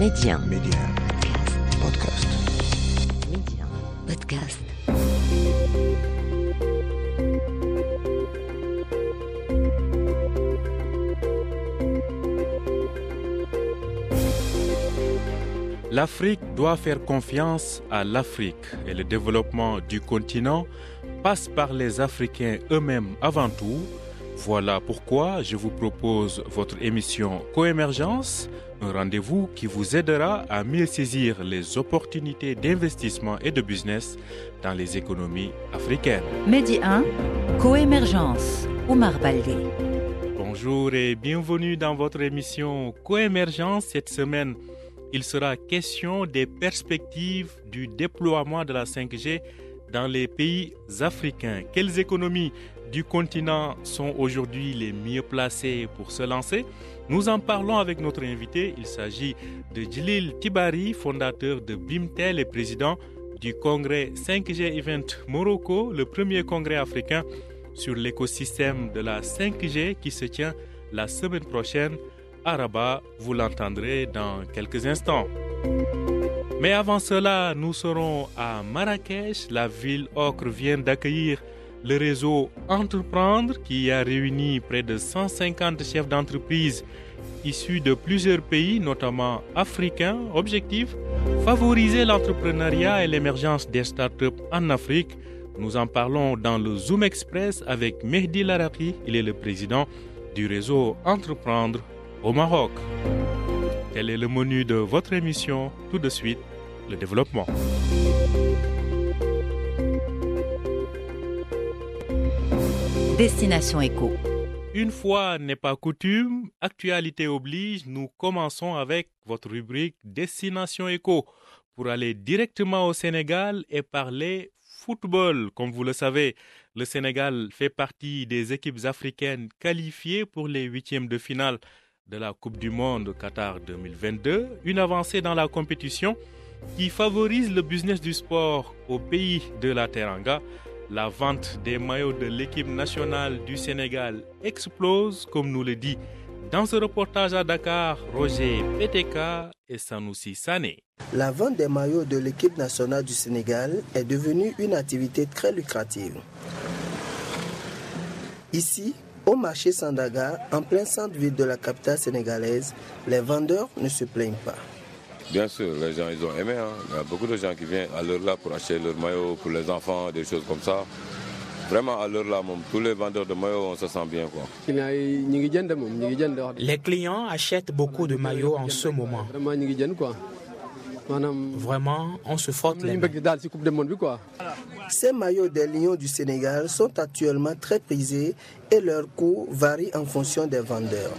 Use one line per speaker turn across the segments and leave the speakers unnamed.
Média.
Podcast.
Média. Podcast.
L'Afrique doit faire confiance à l'Afrique et le développement du continent passe par les Africains eux-mêmes avant tout. Voilà pourquoi je vous propose votre émission Coémergence, un rendez-vous qui vous aidera à mieux saisir les opportunités d'investissement et de business dans les économies africaines.
Média 1, Coémergence, Oumar Baldé.
Bonjour et bienvenue dans votre émission Coémergence. Cette semaine, il sera question des perspectives du déploiement de la 5G dans les pays africains. Quelles économies du continent sont aujourd'hui les mieux placées pour se lancer? Nous en parlons avec notre invité. Il s'agit de Djilil Tibari, fondateur de Bimtel et président du congrès 5G Event Morocco, le premier congrès africain sur l'écosystème de la 5G qui se tient la semaine prochaine à Rabat. Vous l'entendrez dans quelques instants. Mais avant cela, nous serons à Marrakech. La ville ocre vient d'accueillir le réseau Entreprendre qui a réuni près de 150 chefs d'entreprise issus de plusieurs pays, notamment africains. Objectif, favoriser l'entrepreneuriat et l'émergence des startups en Afrique. Nous en parlons dans le Zoom Express avec Mehdi Laraki. Il est le président du réseau Entreprendre au Maroc. Tel est le menu de votre émission. Tout de suite, le développement.
Destination Éco.
Une fois n'est pas coutume, actualité oblige, nous commençons avec votre rubrique Destination Éco pour aller directement au Sénégal et parler football. Comme vous le savez, le Sénégal fait partie des équipes africaines qualifiées pour les huitièmes de finale de la Coupe du Monde Qatar 2022, une avancée dans la compétition qui favorise le business du sport au pays de la Teranga. La vente des maillots de l'équipe nationale du Sénégal explose, comme nous le dit dans ce reportage à Dakar, Roger PTK et Sanoussi Sané.
La vente des maillots de l'équipe nationale du Sénégal est devenue une activité très lucrative. Ici, au marché Sandaga, en plein centre-ville de la capitale sénégalaise, les vendeurs ne se plaignent pas.
Bien sûr, les gens ils ont aimé. Il y a beaucoup de gens qui viennent à l'heure là pour acheter leurs maillots pour les enfants, des choses comme ça. Vraiment à l'heure là, tous les vendeurs de maillots, on se sent bien, quoi.
Les clients achètent beaucoup de maillots en ce moment. Vraiment, on se frotte les mains.
Ces maillots des Lions du Sénégal sont actuellement très prisés et leur coût varie en fonction des vendeurs.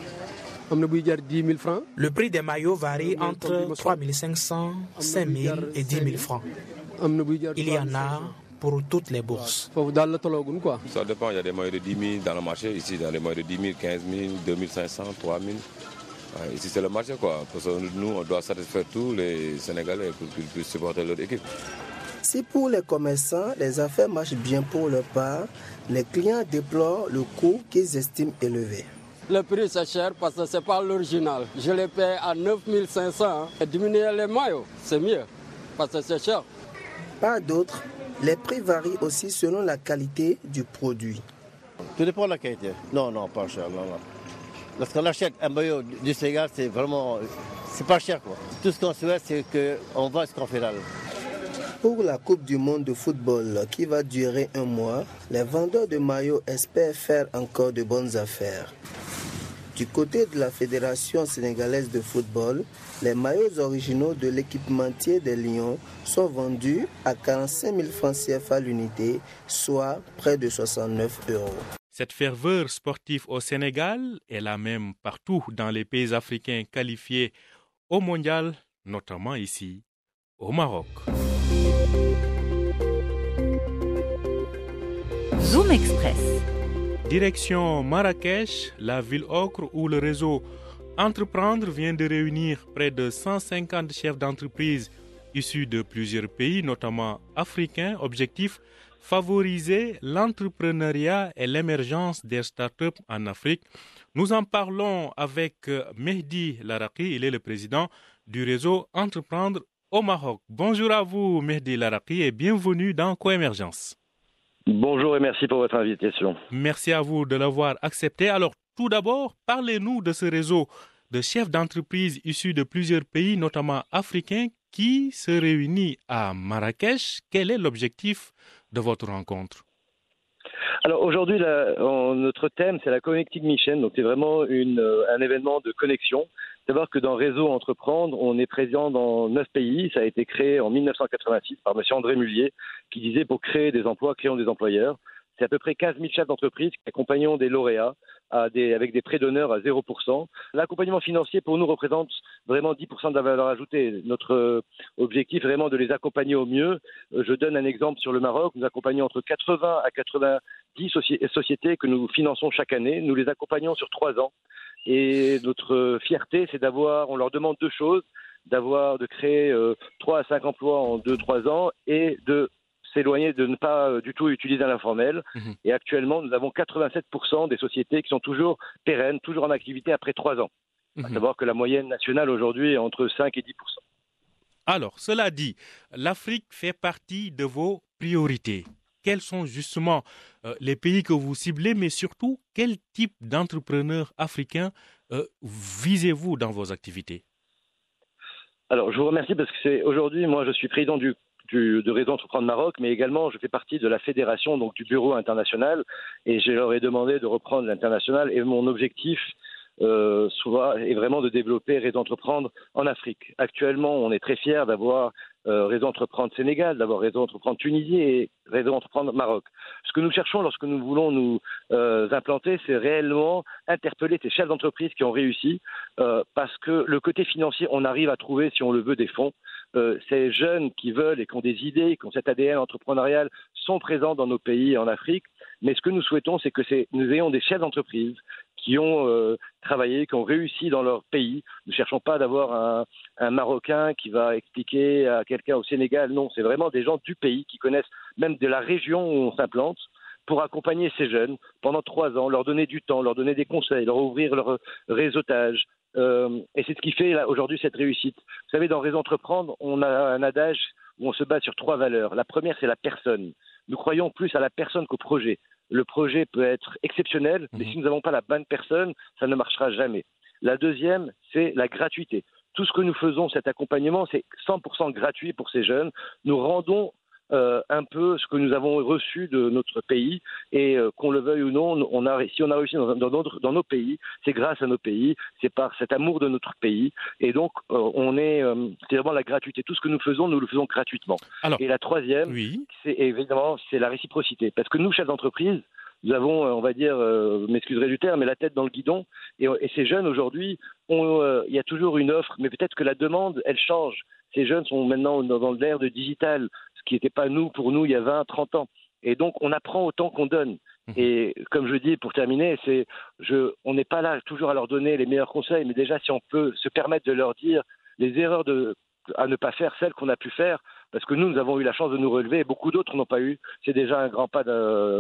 Le prix des maillots varie entre 3 500, 5 000 et 10 000 francs. Il y en a pour toutes les bourses.
Ça dépend, il y a des maillots de 10 000 dans le marché. Ici, dans les maillots de 10 000, 15 000, 2 500, 3 000. Ici, c'est le marché, quoi. Parce que nous, on doit satisfaire tous les Sénégalais pour qu'ils puissent supporter leur équipe.
Si pour les commerçants, les affaires marchent bien pour leur part, les clients déplorent le coût qu'ils estiment élevé.
Le prix c'est cher parce que ce n'est pas l'original. Je les paye à 9 500. Et diminuer les maillots, c'est mieux parce que c'est cher.
Par d'autres, les prix varient aussi selon la qualité du produit.
Tout dépend de la qualité. Non, pas cher. Non. Lorsqu'on achète un maillot du Sénégal, c'est vraiment... c'est pas cher, quoi. Tout ce qu'on souhaite, c'est qu'on va jusqu'en finale.
Pour la Coupe du Monde de football qui va durer un mois, les vendeurs de maillots espèrent faire encore de bonnes affaires. Du côté de la Fédération sénégalaise de football, les maillots originaux de l'équipementier des Lions sont vendus à 45 000 francs CFA l'unité, soit près de 69 €.
Cette ferveur sportive au Sénégal est la même partout dans les pays africains qualifiés au mondial, notamment ici, au Maroc.
Zoom Express.
Direction Marrakech, la ville ocre où le réseau Entreprendre vient de réunir près de 150 chefs d'entreprise issus de plusieurs pays, notamment africains. Objectif, favoriser l'entrepreneuriat et l'émergence des startups en Afrique. Nous en parlons avec Mehdi Laraki, il est le président du réseau Entreprendre au Maroc. Bonjour à vous, Mehdi Laraki, et bienvenue dans Coémergence.
Bonjour et merci pour votre invitation.
Merci à vous de l'avoir accepté. Alors, tout d'abord, parlez-nous de ce réseau de chefs d'entreprise issus de plusieurs pays, notamment africains, qui se réunit à Marrakech. Quel est l'objectif de votre rencontre?
Alors aujourd'hui, notre thème, c'est la Connecting Mission. Donc c'est vraiment un événement de connexion. Savoir que dans Réseau Entreprendre, on est présent dans 9 pays. Ça a été créé en 1986 par M. André Mullier, qui disait pour créer des emplois, créons des employeurs. C'est à peu près 15 000 chefs d'entreprise qui accompagnent des lauréats avec des prêts d'honneur à 0%. L'accompagnement financier, pour nous, représente vraiment 10% de la valeur ajoutée. Notre objectif est vraiment de les accompagner au mieux. Je donne un exemple sur le Maroc. Nous accompagnons entre 80 à 90 sociétés que nous finançons chaque année. Nous les accompagnons sur 3 ans. Et notre fierté, c'est on leur demande 2 choses, de créer 3 à 5 emplois en 2-3 ans et de s'éloigner de ne pas du tout utiliser l'informel. Et actuellement, nous avons 87% des sociétés qui sont toujours pérennes, toujours en activité après 3 ans. À savoir que la moyenne nationale aujourd'hui est entre 5 et 10%.
Alors, cela dit, l'Afrique fait partie de vos priorités. Quels sont justement les pays que vous ciblez, mais surtout, quel type d'entrepreneurs africains visez-vous dans vos activités?
Alors, je vous remercie parce que aujourd'hui, moi, je suis président de Réseau Entreprendre Maroc, mais également je fais partie de la fédération, donc du bureau international, et je leur ai demandé de reprendre l'international, et mon objectif est vraiment de développer Réseau Entreprendre en Afrique. Actuellement, on est très fiers d'avoir Réseau Entreprendre Sénégal, d'avoir Réseau Entreprendre Tunisie et Réseau Entreprendre Maroc. Ce que nous cherchons lorsque nous voulons nous implanter, c'est réellement interpeller ces chefs d'entreprise qui ont réussi, parce que le côté financier, on arrive à trouver, si on le veut, des fonds. Ces jeunes qui veulent et qui ont des idées, qui ont cet ADN entrepreneurial, sont présents dans nos pays en Afrique. Mais ce que nous souhaitons, c'est que nous ayons des chefs d'entreprise qui ont travaillé, qui ont réussi dans leur pays. Nous ne cherchons pas d'avoir un Marocain qui va expliquer à quelqu'un au Sénégal. Non, c'est vraiment des gens du pays qui connaissent même de la région où on s'implante, pour accompagner ces jeunes pendant 3 ans, leur donner du temps, leur donner des conseils, leur ouvrir leur réseautage. Et c'est ce qui fait là, aujourd'hui cette réussite. Vous savez, dans Réseau Entreprendre, on a un adage où on se base sur 3 valeurs. La première, c'est la personne. Nous croyons plus à la personne qu'au projet. Le projet peut être exceptionnel, mais si nous n'avons pas la bonne personne, ça ne marchera jamais. La deuxième, c'est la gratuité. Tout ce que nous faisons, cet accompagnement, c'est 100% gratuit pour ces jeunes. Nous rendons un peu ce que nous avons reçu de notre pays, et qu'on le veuille ou non, si on a réussi dans nos pays, c'est grâce à nos pays, c'est par cet amour de notre pays, et donc c'est vraiment la gratuité. Tout ce que nous le faisons gratuitement. Alors, et la troisième, c'est la réciprocité, parce que nous, chefs d'entreprise, nous avons, on va dire, m'excuserez du terme, mais la tête dans le guidon, et ces jeunes aujourd'hui, il y a toujours une offre, mais peut-être que la demande, elle change. Ces jeunes sont maintenant dans l'ère de digital, ce qui n'était pas pour nous il y a 20, 30 ans. Et donc, on apprend autant qu'on donne. Et comme je dis, pour terminer, on n'est pas là toujours à leur donner les meilleurs conseils, mais déjà, si on peut se permettre de leur dire les erreurs à ne pas faire, celles qu'on a pu faire, parce que nous avons eu la chance de nous relever, et beaucoup d'autres n'ont pas eu, c'est déjà un grand pas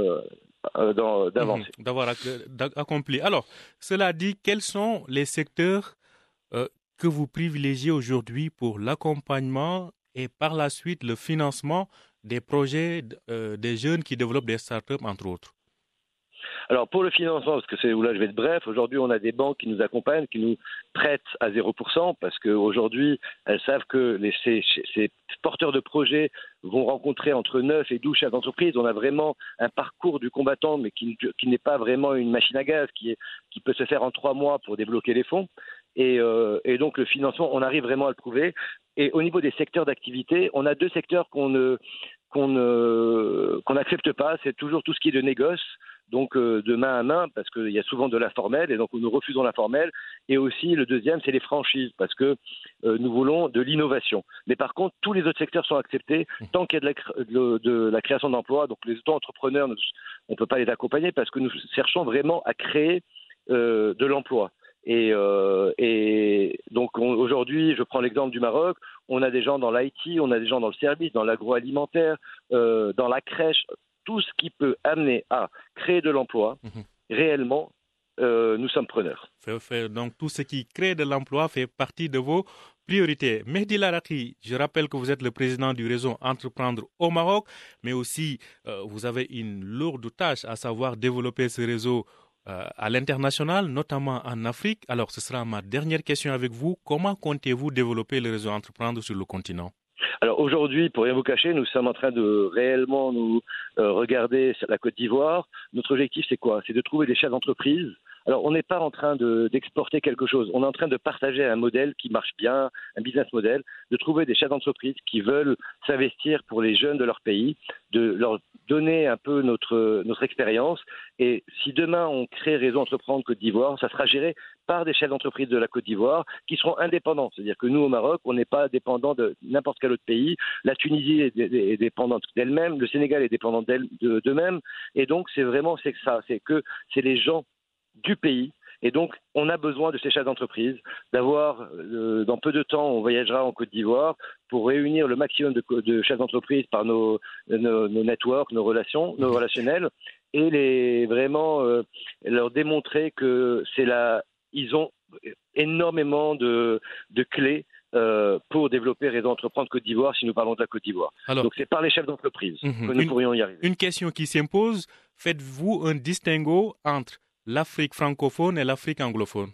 d'avancer.
D'avoir accompli. Alors, cela dit, quels sont les secteurs que vous privilégiez aujourd'hui pour l'accompagnement et par la suite le financement des projets des jeunes qui développent des startups, entre autres?
Alors pour le financement, parce que c'est où là je vais être bref, aujourd'hui on a des banques qui nous accompagnent, qui nous prêtent à 0%, parce qu'aujourd'hui elles savent que ces porteurs de projets vont rencontrer entre 9 et 12 chefs d'entreprise. On a vraiment un parcours du combattant, mais qui n'est pas vraiment une machine à gaz, qui peut se faire en 3 mois pour débloquer les fonds. Et donc le financement, on arrive vraiment à le prouver. Et au niveau des secteurs d'activité, on a 2 secteurs qu'on n'accepte pas. C'est toujours tout ce qui est de négoce, donc de main à main, parce qu'il y a souvent de l'informel, et donc nous refusons l'informel. Et aussi le deuxième, c'est les franchises, parce que nous voulons de l'innovation. Mais par contre, tous les autres secteurs sont acceptés tant qu'il y a de la création d'emplois. Donc les auto-entrepreneurs, on ne peut pas les accompagner, parce que nous cherchons vraiment à créer de l'emploi. Et donc aujourd'hui, je prends l'exemple du Maroc, on a des gens dans l'IT, on a des gens dans le service, dans l'agroalimentaire, dans la crèche, tout ce qui peut amener à créer de l'emploi, réellement, nous sommes preneurs.
Donc tout ce qui crée de l'emploi fait partie de vos priorité. Mehdi Laraki, je rappelle que vous êtes le président du réseau Entreprendre au Maroc, mais aussi vous avez une lourde tâche, à savoir développer ce réseau à l'international, notamment en Afrique. Alors, ce sera ma dernière question avec vous. Comment comptez-vous développer le réseau Entreprendre sur le continent?
Alors aujourd'hui, pour rien vous cacher, nous sommes en train de réellement nous regarder la Côte d'Ivoire. Notre objectif, c'est quoi? C'est de trouver des chefs d'entreprise. Alors, on n'est pas en train d'exporter quelque chose. On est en train de partager un modèle qui marche bien, un business model, de trouver des chefs d'entreprise qui veulent s'investir pour les jeunes de leur pays, de leur donner un peu notre expérience. Et si demain, on crée Réseau Entreprendre Côte d'Ivoire, ça sera géré par des chefs d'entreprise de la Côte d'Ivoire qui seront indépendants. C'est-à-dire que nous, au Maroc, on n'est pas dépendant de n'importe quel autre pays. La Tunisie est dépendante d'elle-même, le Sénégal est dépendant d'eux-mêmes. Et donc, c'est les gens du pays. Et donc, on a besoin de ces chefs d'entreprise, d'avoir, dans peu de temps, on voyagera en Côte d'Ivoire pour réunir le maximum de chefs d'entreprise par nos networks, nos relations, nos relationnels, et leur démontrer que ils ont énormément de clés pour développer Réseau Entreprendre Côte d'Ivoire, si nous parlons de la Côte d'Ivoire. Alors, donc c'est par les chefs d'entreprise que nous pourrions y arriver.
Une question qui s'impose, faites-vous un distinguo entre l'Afrique francophone et l'Afrique anglophone?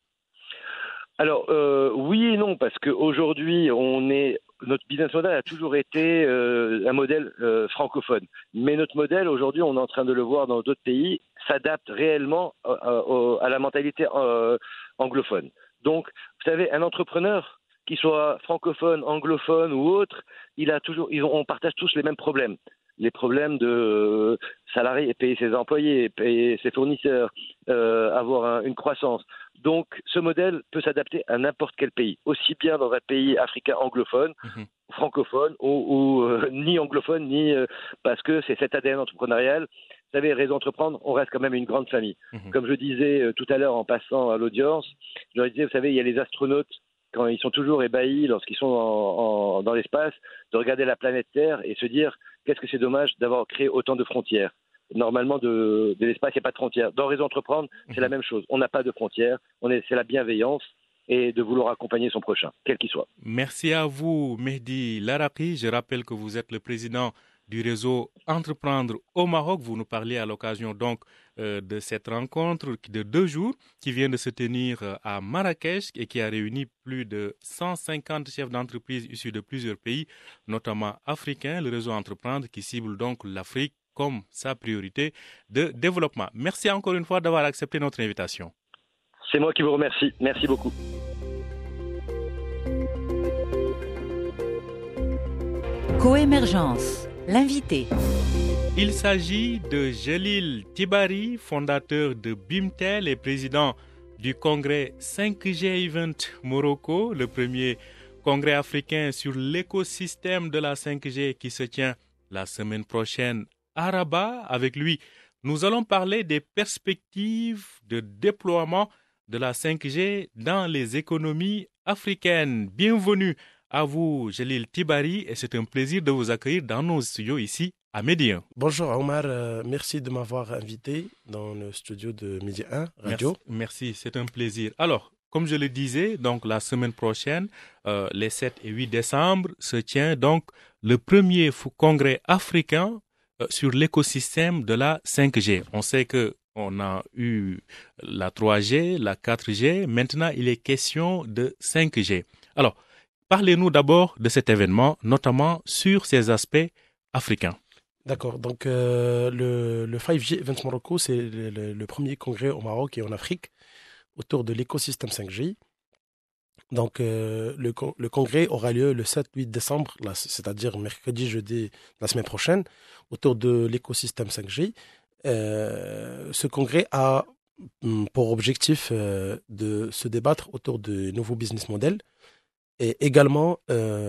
Alors, oui et non, parce qu'aujourd'hui, notre business model a toujours été un modèle francophone. Mais notre modèle, aujourd'hui, on est en train de le voir dans d'autres pays, s'adapte réellement à la mentalité anglophone. Donc, vous savez, un entrepreneur, qu'il soit francophone, anglophone ou autre, on partage tous les mêmes problèmes. Les problèmes de salariés, payer ses employés, payer ses fournisseurs, avoir une croissance. Donc, ce modèle peut s'adapter à n'importe quel pays, aussi bien dans un pays africain anglophone, francophone, ou ni anglophone, ni parce que c'est cet ADN entrepreneurial. Vous savez, Réseau Entreprendre, on reste quand même une grande famille. Comme je disais tout à l'heure en passant à l'audience, je leur disais, vous savez, il y a les astronautes, quand ils sont toujours ébahis lorsqu'ils sont dans l'espace, de regarder la planète Terre et se dire qu'est-ce que c'est dommage d'avoir créé autant de frontières. Normalement, de l'espace, il n'y a pas de frontières. Dans Réseau Entreprendre, c'est la même chose. On n'a pas de frontières. C'est la bienveillance et de vouloir accompagner son prochain, quel qu'il soit.
Merci à vous, Mehdi Laraki. Je rappelle que vous êtes le président du réseau Entreprendre au Maroc. Vous nous parlez à l'occasion donc de cette rencontre de 2 jours qui vient de se tenir à Marrakech et qui a réuni plus de 150 chefs d'entreprise issus de plusieurs pays, notamment africains. Le réseau Entreprendre qui cible donc l'Afrique comme sa priorité de développement. Merci encore une fois d'avoir accepté notre invitation.
C'est moi qui vous remercie. Merci beaucoup.
Coémergence, l'invité.
Il s'agit de Jelil Tibari, fondateur de Bimtel et président du congrès 5G Event Morocco, le premier congrès africain sur l'écosystème de la 5G qui se tient la semaine prochaine à Rabat. Avec lui, nous allons parler des perspectives de déploiement de la 5G dans les économies africaines. Bienvenue à vous, Jelil Tibari, et c'est un plaisir de vous accueillir dans nos studios ici à Midi 1.
Bonjour Omar, merci de m'avoir invité dans le studio de Midi 1 Radio.
Merci, c'est un plaisir. Alors, comme je le disais, donc la semaine prochaine, les 7 et 8 décembre, se tient donc le premier congrès africain sur l'écosystème de la 5G. On sait qu'on a eu la 3G, la 4G, maintenant il est question de 5G. Alors, parlez-nous d'abord de cet événement, notamment sur ses aspects africains.
D'accord, donc le 5G Event Morocco, c'est le premier congrès au Maroc et en Afrique autour de l'écosystème 5G. Donc le congrès aura lieu le 7-8 décembre, c'est-à-dire mercredi, jeudi, la semaine prochaine, autour de l'écosystème 5G. Ce congrès a pour objectif de se débattre autour de nouveaux business models et également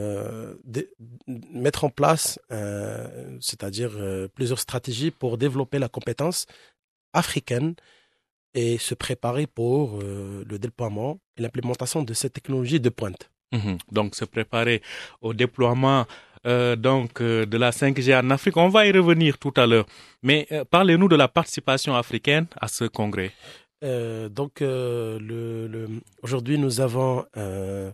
mettre en place, c'est-à-dire plusieurs stratégies pour développer la compétence africaine et se préparer pour le déploiement et l'implémentation de ces technologies de pointe.
Donc, se préparer au déploiement de la 5G en Afrique. On va y revenir tout à l'heure. Mais parlez-nous de la participation africaine à ce congrès.
Aujourd'hui, nous avons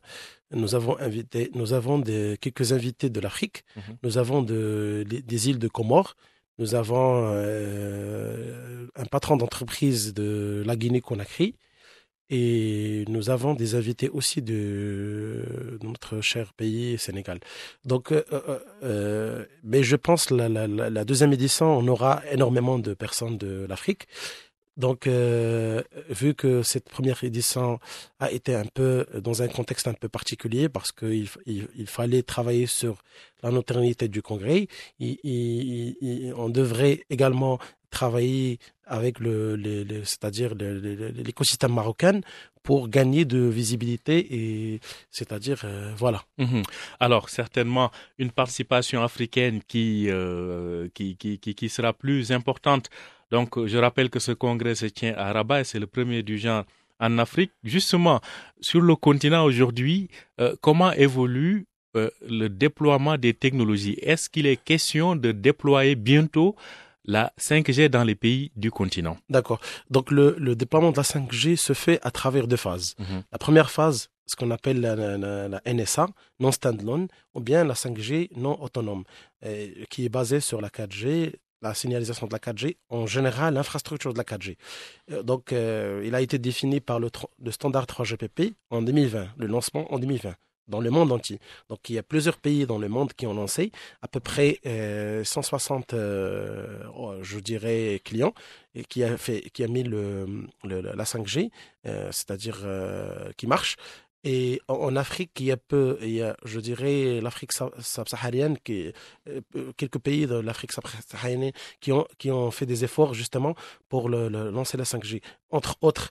nous avons quelques invités de l'Afrique. Nous avons des îles de Comores. Nous avons un patron d'entreprise de la Guinée-Conakry. Et nous avons des invités aussi de notre cher pays, Sénégal. Donc, mais je pense la deuxième édition, on aura énormément de personnes de l'Afrique. Donc, vu que cette première édition a été un peu dans un contexte un peu particulier, parce qu'il fallait travailler sur la neutralité du Congrès, on devrait également travailler avec c'est-à-dire l'écosystème marocain pour gagner de visibilité et c'est-à-dire voilà.
Alors certainement une participation africaine qui sera plus importante. Donc je rappelle que ce congrès se tient à Rabat et c'est le premier du genre en Afrique. Justement sur le continent aujourd'hui, comment évolue le déploiement des technologies? Est-ce qu'il est question de déployer bientôt la 5G dans les pays du continent?
D'accord. Donc, le déploiement de la 5G se fait à travers deux phases. La première phase, ce qu'on appelle la NSA, non standalone, ou bien la 5G non autonome, qui est basée sur la 4G, la signalisation de la 4G, en général, l'infrastructure de la 4G. Donc, il a été défini par le standard 3GPP en 2020, le lancement en 2020. Dans le monde entier. Donc, il y a plusieurs pays dans le monde qui ont lancé, à peu près 160, je dirais, clients, et qui a mis la 5G, c'est-à-dire qui marche. Et en Afrique, il y a, je dirais, l'Afrique subsaharienne, quelques pays de l'Afrique subsaharienne qui ont fait des efforts justement pour lancer la 5G. Entre autres,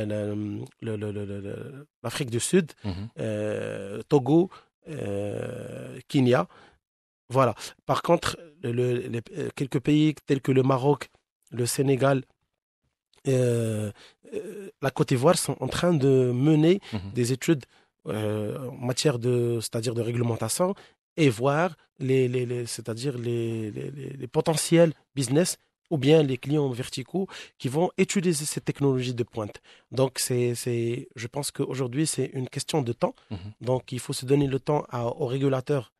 l'Afrique du Sud, Togo, Kenya. Voilà. Par contre, quelques pays tels que le Maroc, le Sénégal, la Côte d'Ivoire sont en train de mener des études en matière c'est-à-dire de réglementation et voir c'est-à-dire les potentiels business ou bien les clients verticaux qui vont utiliser ces technologies de pointe. Donc, je pense qu'aujourd'hui, c'est une question de temps. Donc, il faut se donner le temps aux régulateurs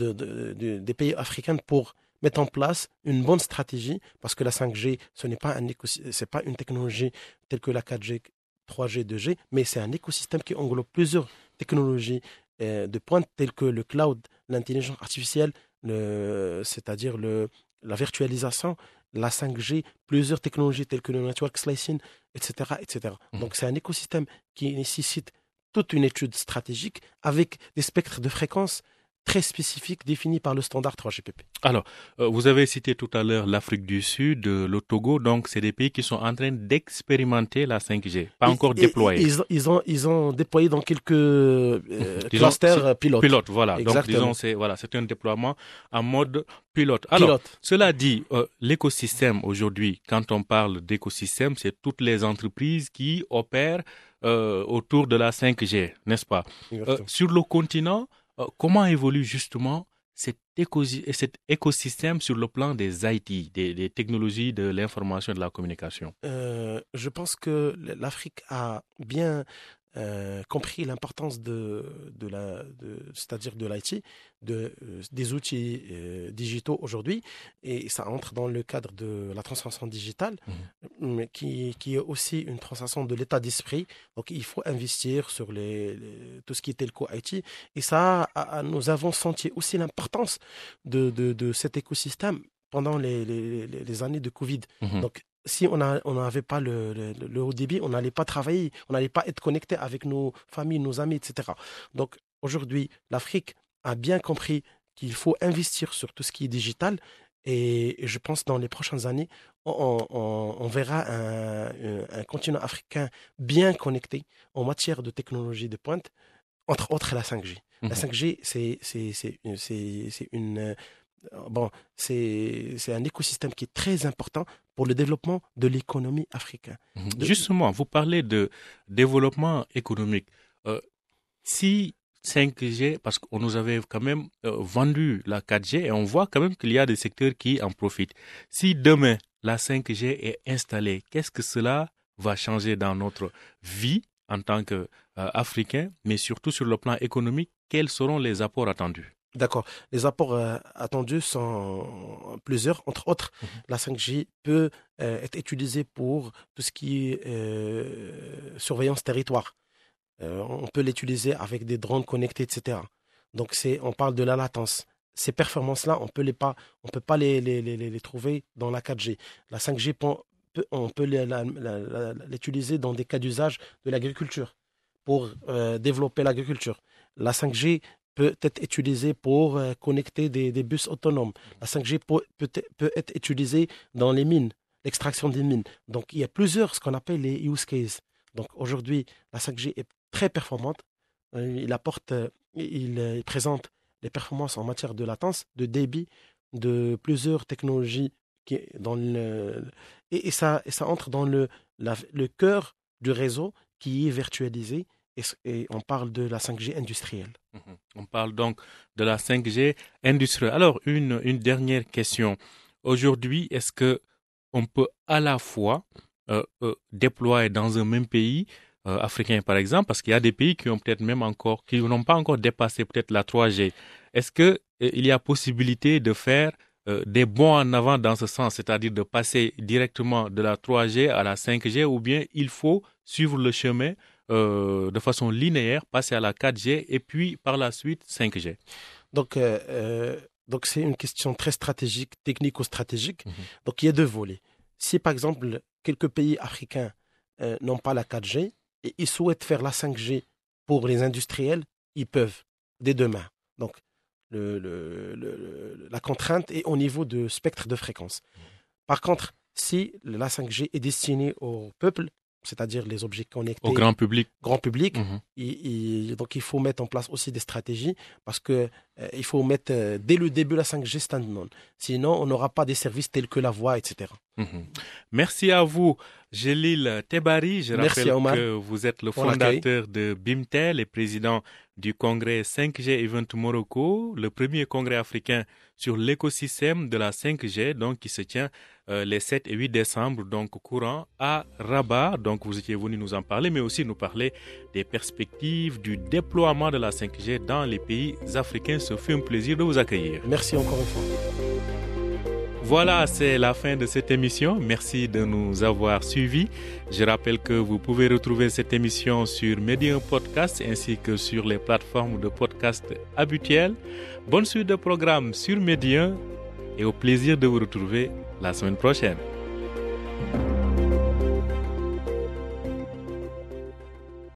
des pays africains pour mettre en place une bonne stratégie, parce que la 5G, ce n'est pas c'est pas une technologie telle que la 4G, 3G, 2G, mais c'est un écosystème qui englobe plusieurs technologies de pointe telles que le cloud, l'intelligence artificielle, c'est-à-dire la virtualisation, la 5G, plusieurs technologies telles que le network slicing, etc., etc. Donc c'est un écosystème qui nécessite toute une étude stratégique avec des spectres de fréquences très spécifiques définis par le standard 3GPP.
Alors, vous avez cité tout à l'heure l'Afrique du Sud, le Togo, donc c'est des pays qui sont en train d'expérimenter la 5G, pas encore déployés.
Ils ont déployé dans quelques clusters pilotes.
Pilotes, voilà.
Exactement.
Donc, c'est un déploiement en mode pilote. Alors, cela dit, l'écosystème aujourd'hui, quand on parle d'écosystème, c'est toutes les entreprises qui opèrent autour de la 5G, n'est-ce pas? Sur le continent, comment évolue justement cet écosystème sur le plan des IT, des technologies de l'information et de la communication?
Je pense que l'Afrique a bien compris l'importance c'est-à-dire de l'IT, des outils digitaux aujourd'hui, et ça entre dans le cadre de la transformation digitale, mais qui est aussi une transformation de l'état d'esprit. Donc il faut investir sur tout ce qui est telco IT, et ça, nous avons senti aussi l'importance de cet écosystème pendant les années de Covid. Donc si on n'avait pas le haut débit, on n'allait pas travailler, on n'allait pas être connecté avec nos familles, nos amis, etc. Donc aujourd'hui, l'Afrique a bien compris qu'il faut investir sur tout ce qui est digital, et je pense que dans les prochaines années, on verra un continent africain bien connecté en matière de technologie de pointe, entre autres la 5G. La 5G, c'est un écosystème qui est très important pour le développement de l'économie africaine.
Justement, vous parlez de développement économique. Si 5G, parce qu'on nous avait quand même vendu la 4G, et on voit quand même qu'il y a des secteurs qui en profitent. Si demain, la 5G est installée, qu'est-ce que cela va changer dans notre vie en tant que africain, mais surtout sur le plan économique, quels seront les apports attendus?
D'accord. Les apports attendus sont plusieurs. Entre autres, la 5G peut être utilisée pour tout ce qui est surveillance territoire. On peut l'utiliser avec des drones connectés, etc. Donc, on parle de la latence. Ces performances-là, on peut pas les trouver dans la 4G. La 5G, on peut l'utiliser dans des cas d'usage de l'agriculture pour développer l'agriculture. La 5G peut être utilisée pour connecter des bus autonomes. La 5G peut être utilisée dans les mines, l'extraction des mines. Donc, il y a plusieurs, ce qu'on appelle les use cases. Donc, aujourd'hui, la 5G est très performante. Il présente les performances en matière de latence, de débit, de plusieurs technologies et ça entre dans le cœur du réseau qui est virtualisé. Et on parle de la 5G industrielle.
On parle donc de la 5G industrielle. Alors, une dernière question. Aujourd'hui, est-ce qu'on peut à la fois déployer dans un même pays africain, par exemple, parce qu'il y a des pays qui n'ont pas encore dépassé peut-être la 3G. Est-ce qu'il y a possibilité de faire des bons en avant dans ce sens, c'est-à-dire de passer directement de la 3G à la 5G, ou bien il faut suivre le chemin de façon linéaire, passer à la 4G et puis par la suite 5G?
Donc c'est une question très stratégique, technico-stratégique. Donc il y a deux volets. Si par exemple quelques pays africains n'ont pas la 4G et ils souhaitent faire la 5G pour les industriels, ils peuvent dès demain. Donc la contrainte est au niveau de spectre de fréquence. Par contre, si la 5G est destinée au peuple, c'est-à-dire les objets connectés
au grand public,
donc il faut mettre en place aussi des stratégies parce que il faut mettre dès le début la 5G stand-alone. Sinon, on n'aura pas des services tels que la voix, etc.
Merci à vous, Jelil Tebari. Je rappelle que vous êtes le fondateur de BIMTEL et président du congrès 5G Event Morocco, le premier congrès africain sur l'écosystème de la 5G, donc qui se tient les 7 et 8 décembre, donc courant à Rabat. Donc vous étiez venu nous en parler, mais aussi nous parler des perspectives du déploiement de la 5G dans les pays africains. Ce fut un plaisir de vous accueillir.
Merci encore une fois.
Voilà, c'est la fin de cette émission. Merci de nous avoir suivis. Je rappelle que vous pouvez retrouver cette émission sur Medium Podcast ainsi que sur les plateformes de podcast habituelles. Bonne suite de programme sur Medium et au plaisir de vous retrouver la semaine prochaine.